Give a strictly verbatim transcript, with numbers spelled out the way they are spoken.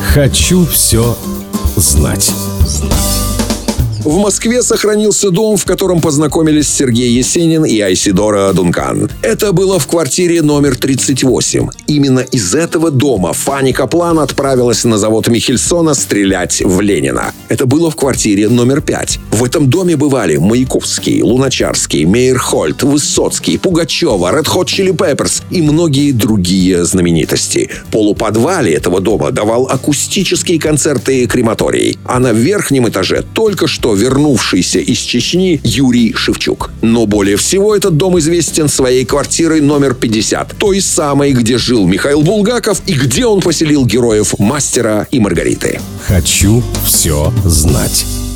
Хочу все знать. В Москве сохранился дом, в котором познакомились Сергей Есенин и Айседора Дункан. Это было в квартире номер тридцать восемь. Именно из этого дома Фанни Каплан отправилась на завод Михельсона стрелять в Ленина. Это было в квартире номер пять. В этом доме бывали Маяковский, Луначарский, Мейерхольд, Высоцкий, Пугачева, Red Hot Chili Peppers и многие другие знаменитости. В полуподвале этого дома давал акустические концерты крематорий. А на верхнем этаже только что вернувшийся из Чечни Юрий Шевчук. Но более всего этот дом известен своей квартирой номер пятьдесят. Той самой, где жил Михаил Булгаков и где он поселил героев «Мастера и Маргариты». Хочу все знать.